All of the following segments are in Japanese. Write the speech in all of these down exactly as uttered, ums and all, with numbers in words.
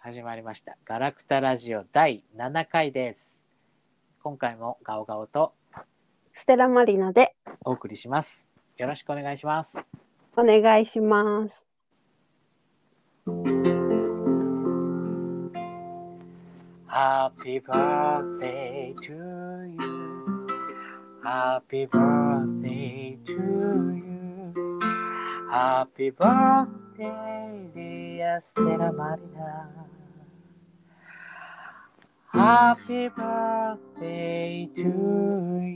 始まりましたガラクタラジオだいななかいです。今回もガオガオとステラマリナでお送りします。よろしくお願いします。 お願いします。 Happy birthday to you. Happy birthday to you. Happy birthday, dear Stella Marina.Happy birthday to you.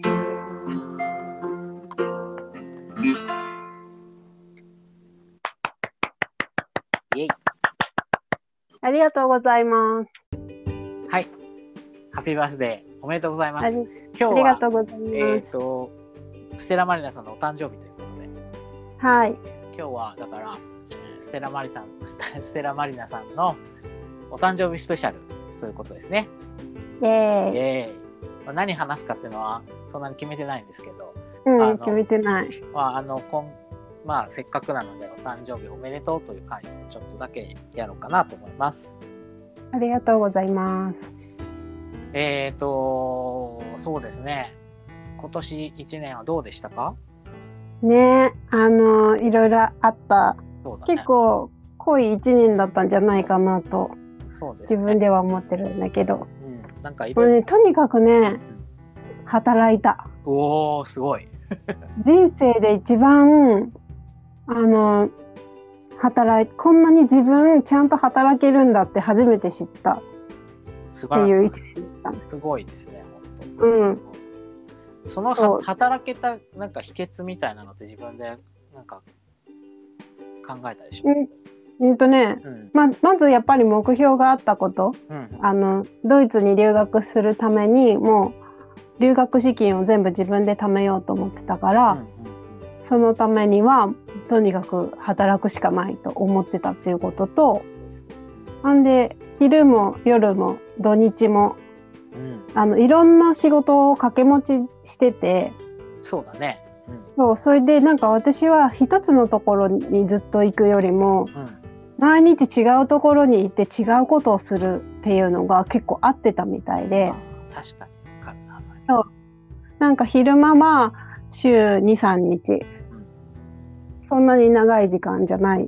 イエイ。 ありがとうございます。 はい。ハッピーバースデーおめでとうございます。今日はありがとうございます。 えっとステラマリナさんのお誕生日ということで、 はい。 今日はだからステラマリさんステラマリナさんのお誕生日スペシャルということですね。 イエーイ。 イエーイ。まあ、何話すかっていうのはそんなに決めてないんですけど、 うん、決めてない。 まああの今まあせっかくなのでお誕生日おめでとうという回をちょっとだけやろうかなと思います。 ありがとうございます。 えっとそうですね。今年一年はどうでしたか？ ね、あのいろいろあった。 そうだね、 結構濃い一年だったんじゃないかなと、 そうですね、 自分では思ってるんだけど、 うん、なんかいろいろ、 ね、とにかくね、働いた。 おーすごい。 人生で一番あの働いこんなに自分ちゃんと働けるんだって初めて知ったっていう一年だった。 すごいですね、本当。 うん。 そのは働けたなんか秘訣みたいなのって自分でなんか考えたでしょ？ うん、うんとね、うん、ま, まずやっぱり目標があったこと、うん、あのドイツに留学するためにもう留学資金を全部自分で貯めようと思ってたから、うんうん、そのためにはとにかく働くしかないと思ってたっていうことと、なんで昼も夜も土日も、うん、あのいろんな仕事を掛け持ちしてて、 そうだね、 うん、そうそれでなんか私は一つのところにずっと行くよりも、うん、毎日違うところに行って違うことをするっていうのが結構合ってたみたいで、 確かに分かるなそれ。 そうなんか昼間は週に、さんにち、うん、そんなに長い時間じゃない、うん、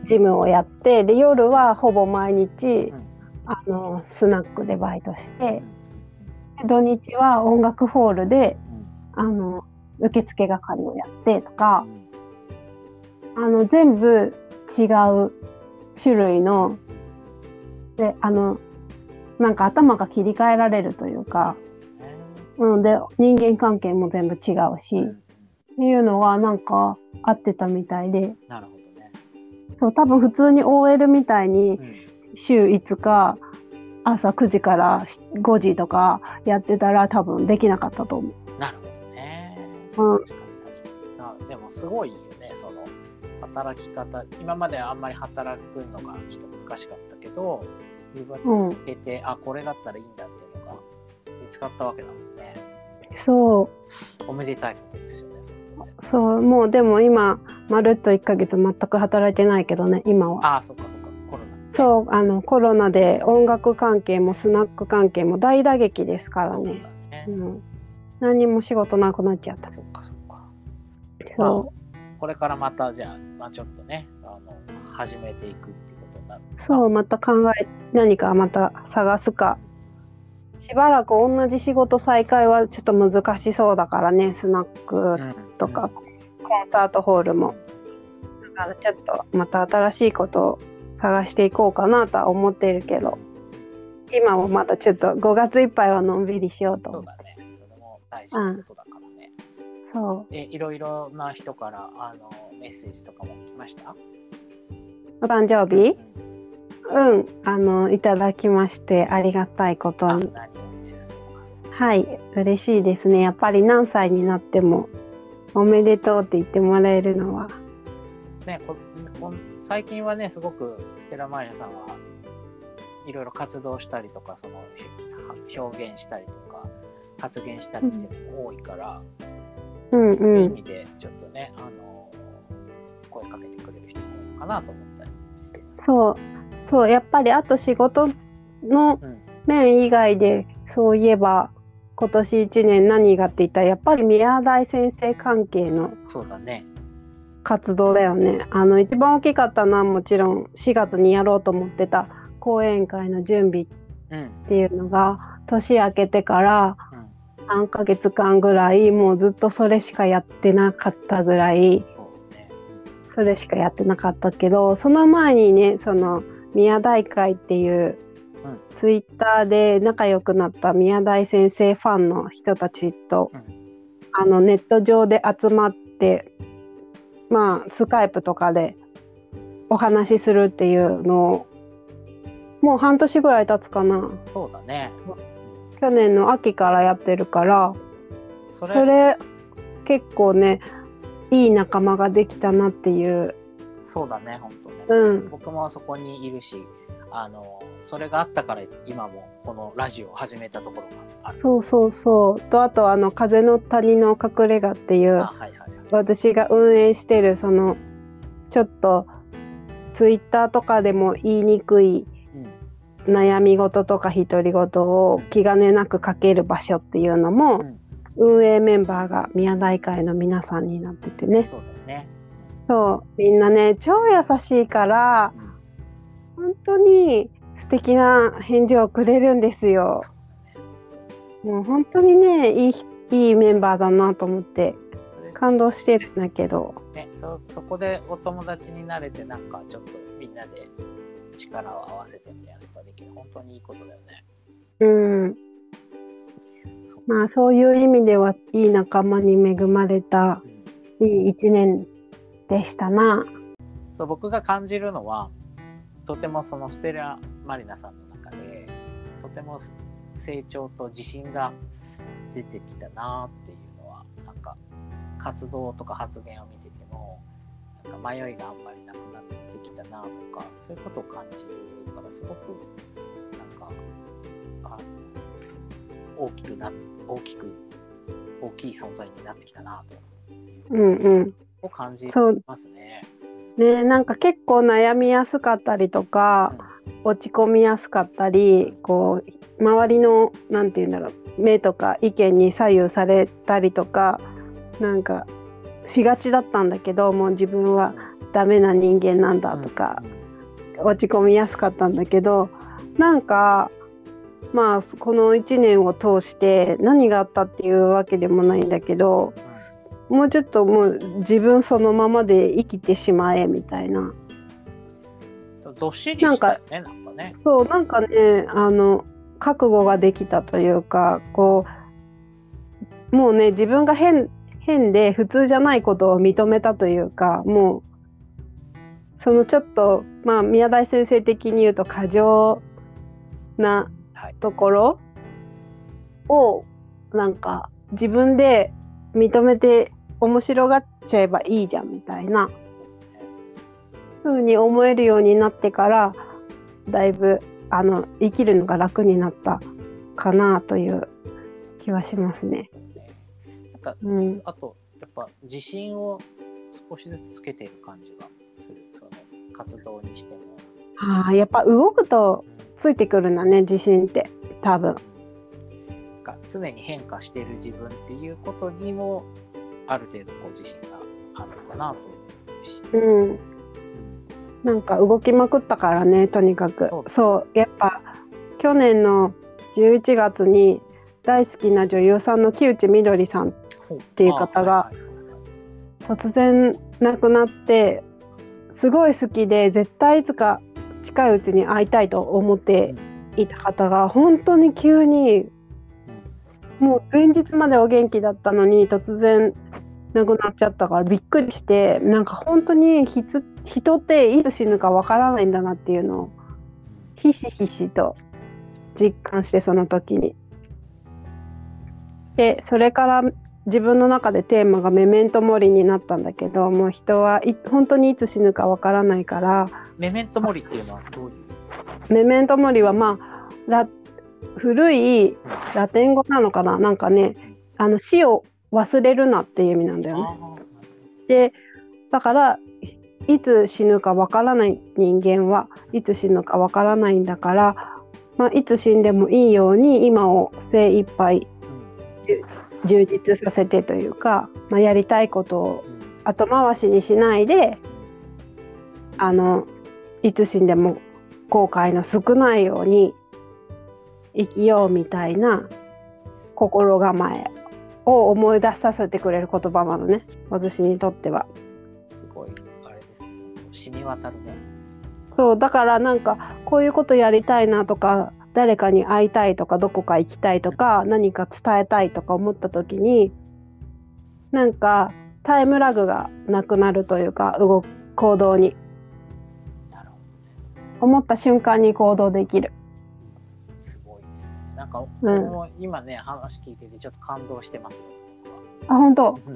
ジムをやって、で夜はほぼ毎日、うん、あのスナックでバイトして、うん、土日は音楽ホールで、うん、あの受付係をやってとか、うん、あの全部違う種類ので、あのなんか頭が切り替えられるというか、うん、で人間関係も全部違うし、うん、っていうのはなんか合ってたみたいで、 なるほどね。 そう多分普通に オーエル みたいに週いつか朝くじからごじとかやってたら多分できなかったと思う。 なるほどね。 うん、 確かに確かに。でもすごいよね、その働き方。今まであんまり働くのがちょっと難しかったけど、自分に向けて、うん、あこれだったらいいんだっていうのが見つかったわけだもんね。 そう。 おめでたいことですよね。 そう、もうでも今まるっといっかげつ全く働いてないけどね、今は。 ああ、そっかそっか、コロナ、ね。 そう、あのコロナで音楽関係もスナック関係も大打撃ですからね。そうだね。うん、何も仕事なくなっちゃった。 そっかそっか。 そう。 まあ、これからまたじゃあ、まあ、ちょっとね、あの始めていくっていうことになる。 そう、また考え何かまた探すか。しばらく同じ仕事再開はちょっと難しそうだからね、スナックとか、うん、コンサートホールも。だからちょっとまた新しいことを探していこうかなとは思っているけど、今もまだちょっとごがついっぱいはのんびりしようと思う。 そうだね、それも大事なことだからね。 うん、そう。 で、いろいろな人からあのメッセージとかも来ました？ お誕生日？うん、うん、あのいただきましてありがたいことに。はい、嬉しいですね。やっぱり何歳になってもおめでとうって言ってもらえるのは。 ね、ここ最近はね、すごくステラマリナさんはいろいろ活動したりとか、その表現したりとか発言したりっていうのも多いから、 うんうん、 いい意味でちょっとね、あの声かけてくれる人も多いのかなと思ったりしてます。 そう、 そうやっぱりあと仕事の面以外で、うん、そういえば今年いちねん何がって言ったらやっぱり宮台先生関係の活動だよね。あの一番大きかったのはもちろんしがつにやろうと思ってた講演会の準備っていうのが、うん、年明けてからさんかげつかんぐらいもうずっとそれしかやってなかったぐらい、それしかやってなかったけど、その前にねその宮台会っていうツイッターで仲良くなった宮台先生ファンの人たちと、うん、あのネット上で集まってまあスカイプとかでお話しするっていうのをもう半年ぐらい経つかな。 そうだね。 去年の秋からやってるからそれ、それ結構ねいい仲間ができたなっていう。 そうだね、本当ね、 うん、 僕もそこにいるし、あのそれがあったから今もこのラジオを始めたところがある。 そうそうそうと、あとあの風の谷の隠れ家っていう、はいはいはい、私が運営してるそのちょっとツイッターとかでも言いにくい悩み事とか独り言を気兼ねなく書ける場所っていうのも、うん、運営メンバーが宮台会の皆さんになっててね。 そうだよね。 そうみんなね超優しいから、うん、本当に素敵な返事をくれるんですよ。もう本当にねいい、いいメンバーだなと思って感動してるんだけど、 ね、そ, そこでお友達になれてなんかちょっとみんなで力を合わせてみたいなことができる本当にいいことだよね。 うん。まあそういう意味ではいい仲間に恵まれた、うん、いい一年でしたな。 そう僕が感じるのはとてもそのステラマリナさんの中でとても成長と自信が出てきたなっていうのはなんか活動とか発言を見ててもなんか迷いがあんまりなくなってきたなとかそういうことを感じるからすごくなんかあの大きくな大きく大きい存在になってきたなとうんうんを感じますね。 ね、なんか結構悩みやすかったりとか、うん、落ち込みやすかったりこう周りのなんていうんだろう目とか意見に左右されたりとかなんかしがちだったんだけどもう自分はダメな人間なんだとか、うん、落ち込みやすかったんだけどなんかまあこのいちねんを通して何があったっていうわけでもないんだけどもうちょっともう自分そのままで生きてしまえみたいな。 どっしりしたよね、なんかね。 そうなんかねあの覚悟ができたというかこうもうね自分が変変で普通じゃないことを認めたというかもうそのちょっとまあ宮台先生的に言うと過剰なところをなんか自分で認めて面白がっちゃえばいいじゃんみたいな風に思えるようになってからだいぶあの生きるのが楽になったかなという気はしますね。 なんか、うん、あとやっぱ自信を少しずつつけている感じがするその活動にしても。 ああやっぱ動くとついてくるんだね自信って多分。 常に変化している自分っていうことにもある程度こう自信があるのかなと思うし、 うん、なんか動きまくったからねとにかくそう、そうやっぱ去年のじゅういちがつに大好きな女優さんの木内みどりさんっていう方が突然亡くなってすごい好きで絶対いつか近いうちに会いたいと思っていた方が本当に急にもう前日までお元気だったのに突然亡くなっちゃったからびっくりしてなんか本当に人っていつ死ぬかわからないんだなっていうのをひしひしと実感してその時にでそれから自分の中でテーマがメメントモリになったんだけどもう人はい本当にいつ死ぬかわからないからメメントモリっていうのはどういうメメントモリはまあラ古いラテン語なのかななんかねあの死を忘れるなっていう意味なんだよね。でだからいつ死ぬかわからない人間はいつ死ぬかわからないんだから、まあ、いつ死んでもいいように今を精一杯充実させてというか、まあ、やりたいことを後回しにしないで、あのいつ死んでも後悔の少ないように生きようみたいな心構えを思い出させてくれる言葉なのね、私にとっては。 すごいあれですね、染み渡るね。 そうだからなんかこういうことやりたいなとか、誰かに会いたいとか、どこか行きたいとか、何か伝えたいとか思った時に、なんかタイムラグがなくなるというか、動く行動に、 なるほどね、 思った瞬間に行動できる。 すごいね。なんか、 うん、 もう今ね話聞いててちょっと感動してますよ。 あ、本当。 うん、す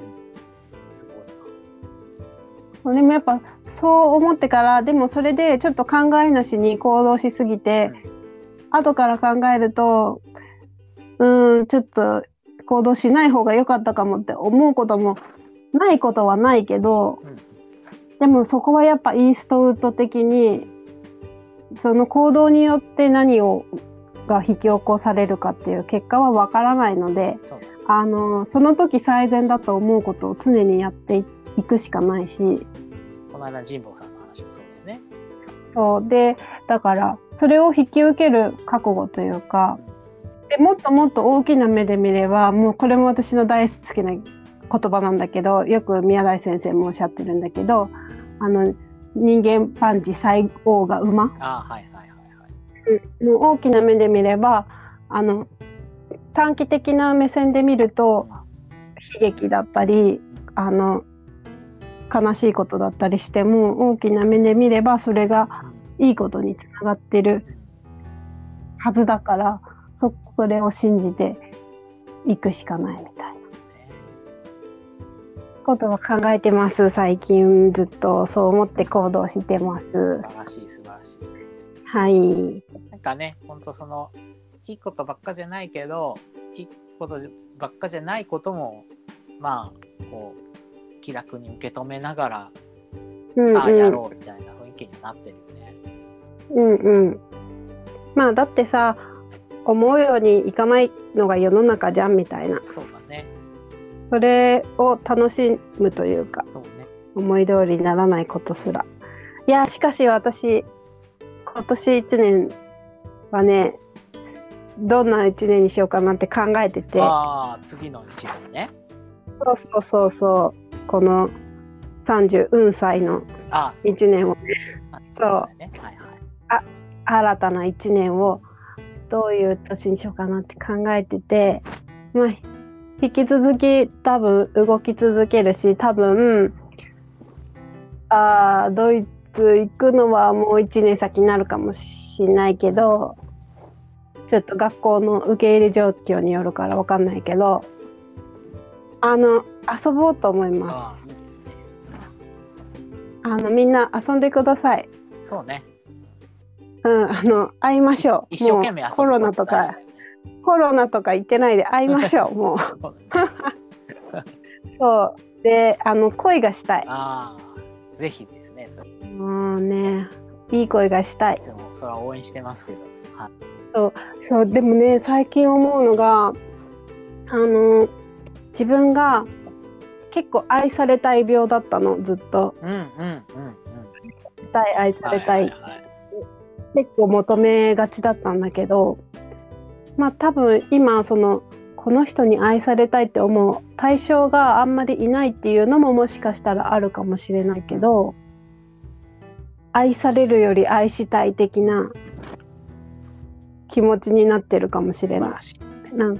ごいな。でもやっぱそう思ってから、でもそれでちょっと考えなしに行動しすぎて、うん、後から考えると、うーんちょっと行動しない方が良かったかもって思うこともないことはないけど、うん、でもそこはやっぱイーストウッド的にその行動によって何をが引き起こされるかっていう結果はわからないので、あのその時最善だと思うことを常にやっていくしかないし、 この間神保さんの話もそうだよね。 そうで、だからそれを引き受ける覚悟というか、でもっともっと大きな目で見れば、もうこれも私の大好きな言葉なんだけど、よく宮台先生もおっしゃってるんだけど、あの人間パンチ最大が馬。 あ、はいはいはいはい。 もう大きな目で見れば、あの短期的な目線で見ると悲劇だったり、あの悲しいことだったりしても、大きな目で見ればそれがいいことにつながってるはずだから、そ, それを信じていくしかないみたいなことを考えてます。最近ずっとそう思って行動してます。 素晴らしい素晴らしい。 はい。 なんかね、本当そのいいことばっかじゃないけど、いいことばっかじゃないこともまあこう気楽に受け止めながら、うんうん、ああやろうみたいな雰囲気になってるよね。 うんうん。まあだってさ、思うようにいかないのが世の中じゃんみたいな。 そうだね。 それを楽しむというか、 そうね、 思い通りにならないことすら。いやしかし私今年いちねんはね、どんないちねんにしようかなって考えてて。 ああ、次のいちねんね。 そうそうそうそう、このさんじゅううんさいのいちねんをね、そう、はいはい、あ、新たないちねんをどういう年にしようかなって考えてて、まあ、引き続き多分動き続けるし、多分あドイツ行くのはもういちねん先になるかもしれないけど、ちょっと学校の受け入れ状況によるから分かんないけど、あの遊ぼうと思います。 あ、いいですね。 あのみんな遊んでください。 そうね。 うん、あの会いましょう。 一生懸命遊ぶ。 コロナとかコロナとか言ってないで会いましょう。もう。そうで、あの恋がしたい。 ああ、ぜひですね。それもうね、いい恋がしたい。 いつもそれは応援してますけど。はい、 そうそうでもね、最近思うのが、あの自分が結構愛されたい病だったの、ずっと。 うんうんうんうん。 愛されたい、はいはいはい、結構求めがちだったんだけど、まあ多分今そのこの人に愛されたいって思う対象があんまりいないっていうのももしかしたらあるかもしれないけど、愛されるより愛したい的な気持ちになってるかもしれない。なんか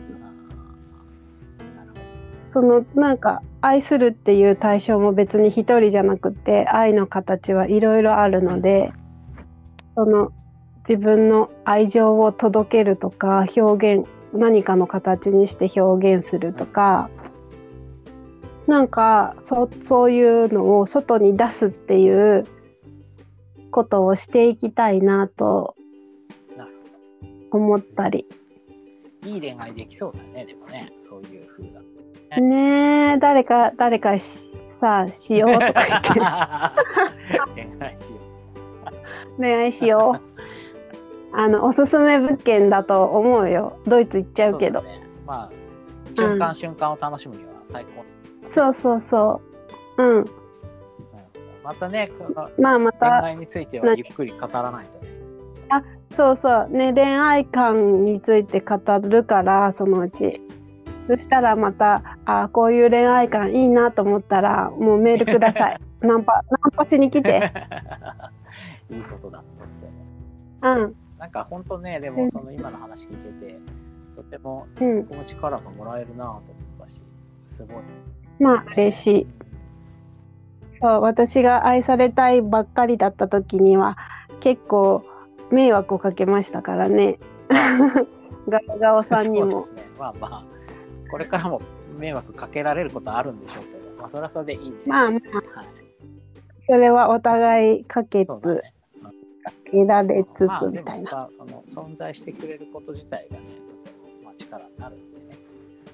そのなんか愛するっていう対象も別に一人じゃなくて、愛の形はいろいろあるので、その自分の愛情を届けるとか、表現、何かの形にして表現するとか、なんか そ, そういうのを外に出すっていうことをしていきたいなと思ったり。 いい恋愛できそうだね、でもね、そういう風だねえ、誰か誰かさしようとか言って恋愛しよう恋愛しようあのおすすめ物件だと思うよ。ドイツ行っちゃうけど。 そうだね、まあ瞬間、うん、瞬間を楽しむには最高。 そうそうそううん。 またね、 まあまた恋愛についてはゆっくり語らないとね。 あ、そうそうね、恋愛観について語るからそのうち。そしたらまたあこういう恋愛観いいなと思ったらもうメールください。ナンパナンパしに来て。 いいことだとって。 うん。 なんか本当ね、でもその今の話聞いてて、とても気持ち力がもらえるなと思ったし、すごい。 まあ嬉しい。そう、私が愛されたいばっかりだった時には結構迷惑をかけましたからね。ガオガオさんにも。 そうですね。まあまあこれからも迷惑かけられることあるんでしょうけど、まあそれはそれでいいんで。 まあまあ、はい、それはお互いかけつ、ね、かけられつつみたいな。 まあ、その存在してくれること自体がね、とても、まあ、力になるんでね。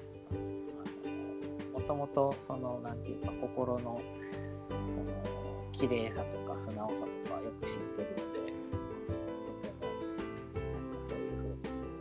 もともとそのなんていうか心のその綺麗さとか素直さとかよく知ってるので、とてもなんかそういうふう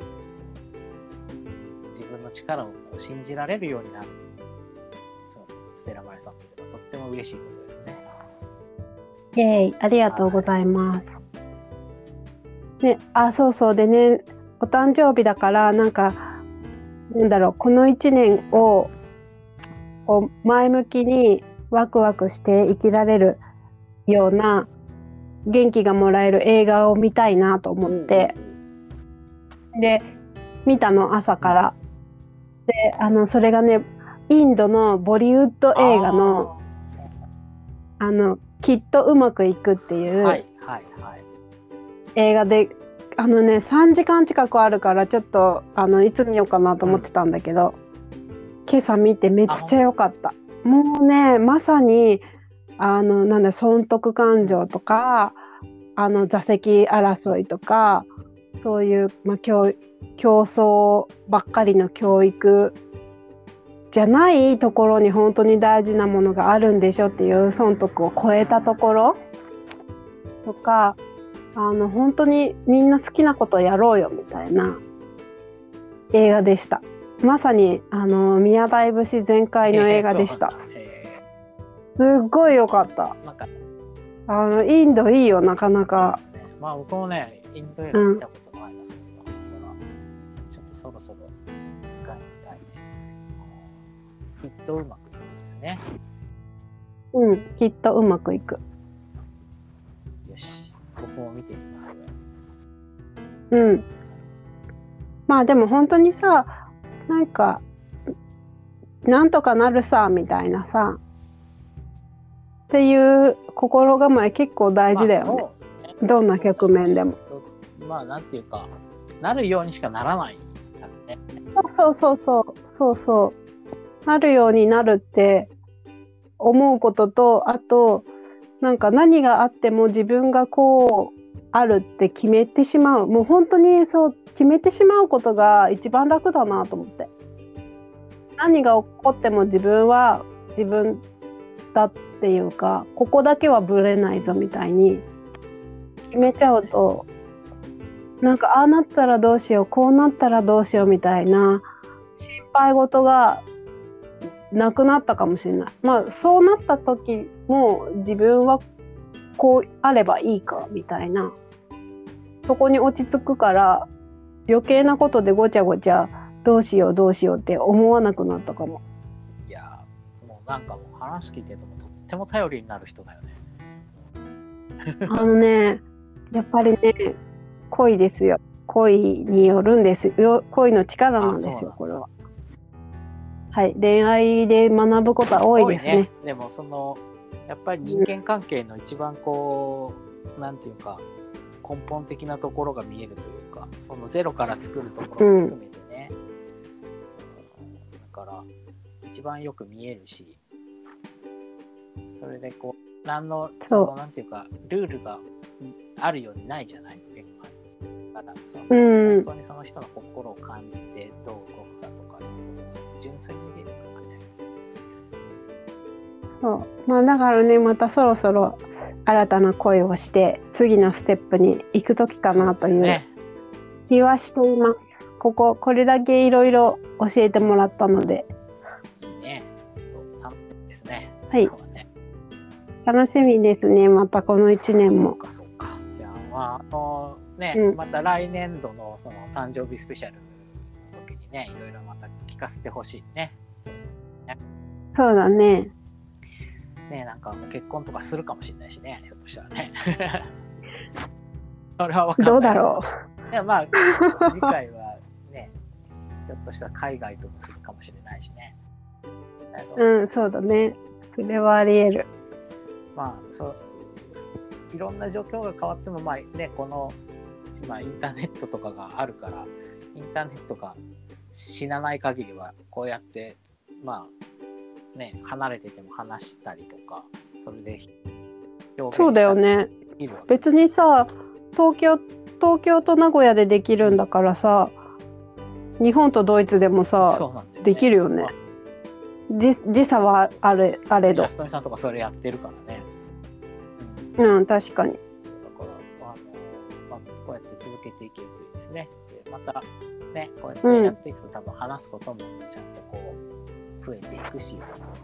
に自分の力をこう信じられるようになる、そのステラマリさんというのはとっても嬉しいことですね。 イエーイ、ありがとうございます。ね、あ、そうそうでね、お誕生日だからなんかなんだろう、このいちねんをこう前向きにワクワクして生きられるような元気がもらえる映画を見たいなと思って、で見たの朝から。であのそれがね、インドのボリウッド映画のあのきっとうまくいくっていう映画で、あのねさんじかん近くあるからちょっとあのいつ見ようかなと思ってたんだけど、うん、今朝見てめっちゃ良かった。もうねまさにあのなんだ損得感情とかあの座席争いとかそういう、まあ、競競争ばっかりの教育じゃないところに本当に大事なものがあるんでしょっていう損得を超えたところとか、あの本当にみんな好きなことをやろうよみたいな映画でした。まさにあの宮台節全開の映画でした。すっごい良かった。なんかあのインドいいよなかなか。 ね、まあ僕もねインド映画見たことないですけど、うん、ちょっとそろそろ一回見たいね。きっとうまくいくんですね。 うん、きっとうまくいく。 よし、僕も見てみますよ。 うん。まあでも本当にさ、なんかなんとかなるさみたいなさっていう心構え結構大事だよね。まあそうね、どんな局面でも。 まあなんていうかなるようにしかならないからね。 そうそうそうそうそうなるようになるって思うことと、あとなんか何があっても自分がこうあるって決めてしまう、もう本当にそう決めてしまうことが一番楽だなと思って。何が起こっても自分は自分だっていうか、ここだけはぶれないぞみたいに決めちゃうと、なんかああなったらどうしよう、こうなったらどうしようみたいな心配事がなくなったかもしれない。まあそうなった時も自分はこうあればいいかみたいな、そこに落ち着くから余計なことでごちゃごちゃどうしようどうしようって思わなくなったかも。 いやもうなんかもう話聞いててもとっても頼りになる人だよね。 あのねやっぱりね恋ですよ。恋によるんですよ。恋の力なんですよこれは。はい、恋愛で学ぶことは多いですね。ねでもそのやっぱり人間関係の一番こう、うん、なんていうか根本的なところが見えるというか、そのゼロから作るところも含めてね、うん、だから一番よく見えるし、それでこう何のそのなんていうかルールがあるようにないじゃない。だからその、うん、本当にその人の心を感じてどう動くかとかいうことに純粋に見えるからね。 そうまあだからね、またそろそろ新たな恋をして次のステップに行く時かなという気はしています。こここれだけいろいろ教えてもらったので、 いいね。楽しみですね。 はい。ね、楽しみですね。またこのいちねんも。 そうかそうか。じゃあまああのね、うん、また来年度のその誕生日スペシャルの時にね、いろいろまた聞かせてほしいね。 そうだね。 ね、なんかもう結婚とかするかもしれないしね、ひょっとしたらね。それは分かんない。 どうだろう。いやまあ次回はね、ひょっとしたら海外ともするかもしれないしね。 うん、そうだね。それはあり得る。 まあそういろんな状況が変わってもまあね、この今インターネットとかがあるから、インターネットが死なない限りはこうやってまあね、離れてても話したりとか、それで表現したり。そうだよね。別にさ、東京東京と名古屋でできるんだからさ、日本とドイツでもさ、ね、できるよね。時, 時差はあれあれど。 安富さんとかそれやってるからね。 うん、確かに。だからあの、まあ、こうやって続けていけるといいですね。でまたね、こうやってやっていくと、うん、多分話すこともちゃんとこう増えていくし、ね、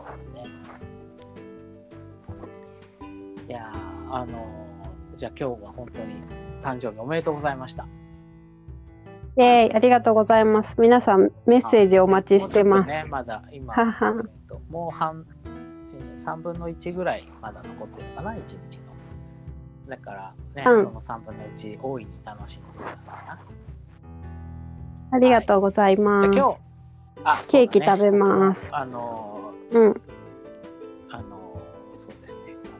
いやあのじゃあ今日は本当に誕生日おめでとうございました。 イエーイ、ありがとうございます。皆さんメッセージお待ちしてます。 ね、まだ今ははもう半、えー、さんぶんのいちぐらいまだ残ってるかな、いちにちの。だからね、うん、そのさんぶんのいち大いに楽しんでくださいな。 ありがとうございます。 はい、じゃあ今日あ、ケーキ食べます。 あのー、うん。 あのー、そうですね。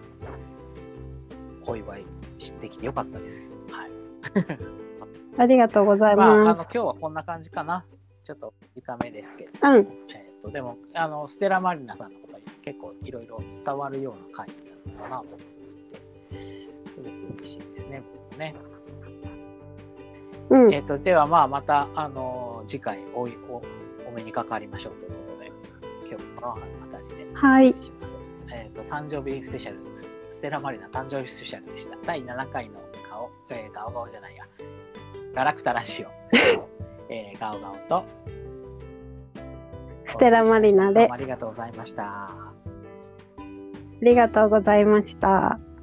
お祝いしてきてよかったです。はい。 ありがとうございます。 まあ、あの今日はこんな感じかな。ちょっと短めですけど。 うん。 えっとでもあのステラマリナさんのことは結構いろいろ伝わるような回になるのかなと思っていて、すごく嬉しいですね。僕もね。 うん。 えっとではまあまたあの次回おおお目にかかりましょうということで、今日このあたりで失礼します。はい、えっと誕生日スペシャルステラマリナ誕生日スペシャルでした。だいななかいの顔、えー、ガオガオじゃないや。ガラクタラジオ、えー、ガオガオとステラマリナでありがとうございました。 ありがとうございました。